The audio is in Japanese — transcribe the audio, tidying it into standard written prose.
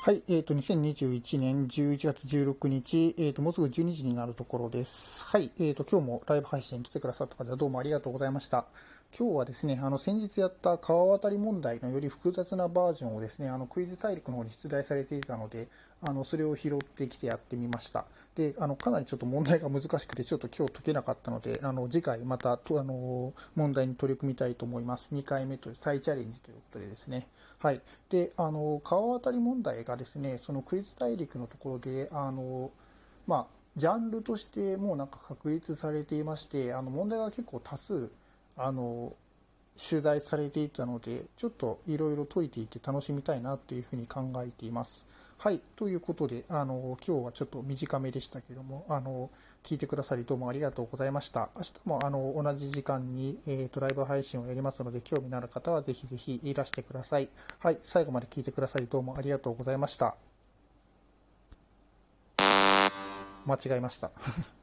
はい、2021年11月16日、もうすぐ12時になるところです。はい、今日もライブ配信来てくださった方、どうもありがとうございました。今日はですね、先日やった川渡り問題のより複雑なバージョンをですね、クイズ大陸の方に出題されていたので、それを拾ってきてやってみました。で、かなりちょっと問題が難しくて、ちょっと今日解けなかったので、次回また問題に取り組みたいと思います。2回目という再チャレンジということでですね。はい。で、川渡り問題がですね、そのクイズ大陸のところで、まあ、ジャンルとしてもうなんか確立されていまして、問題が結構多数、あの、取材されていたので、ちょっといろいろ解いていて楽しみたいなというふうに考えています。はい。ということで、今日はちょっと短めでしたけども、聞いてくださりどうもありがとうございました。明日も同じ時間に、ライブ配信をやりますので、興味のある方はぜひぜひいらしてください。はい。最後まで聞いてくださりどうもありがとうございました。間違えました。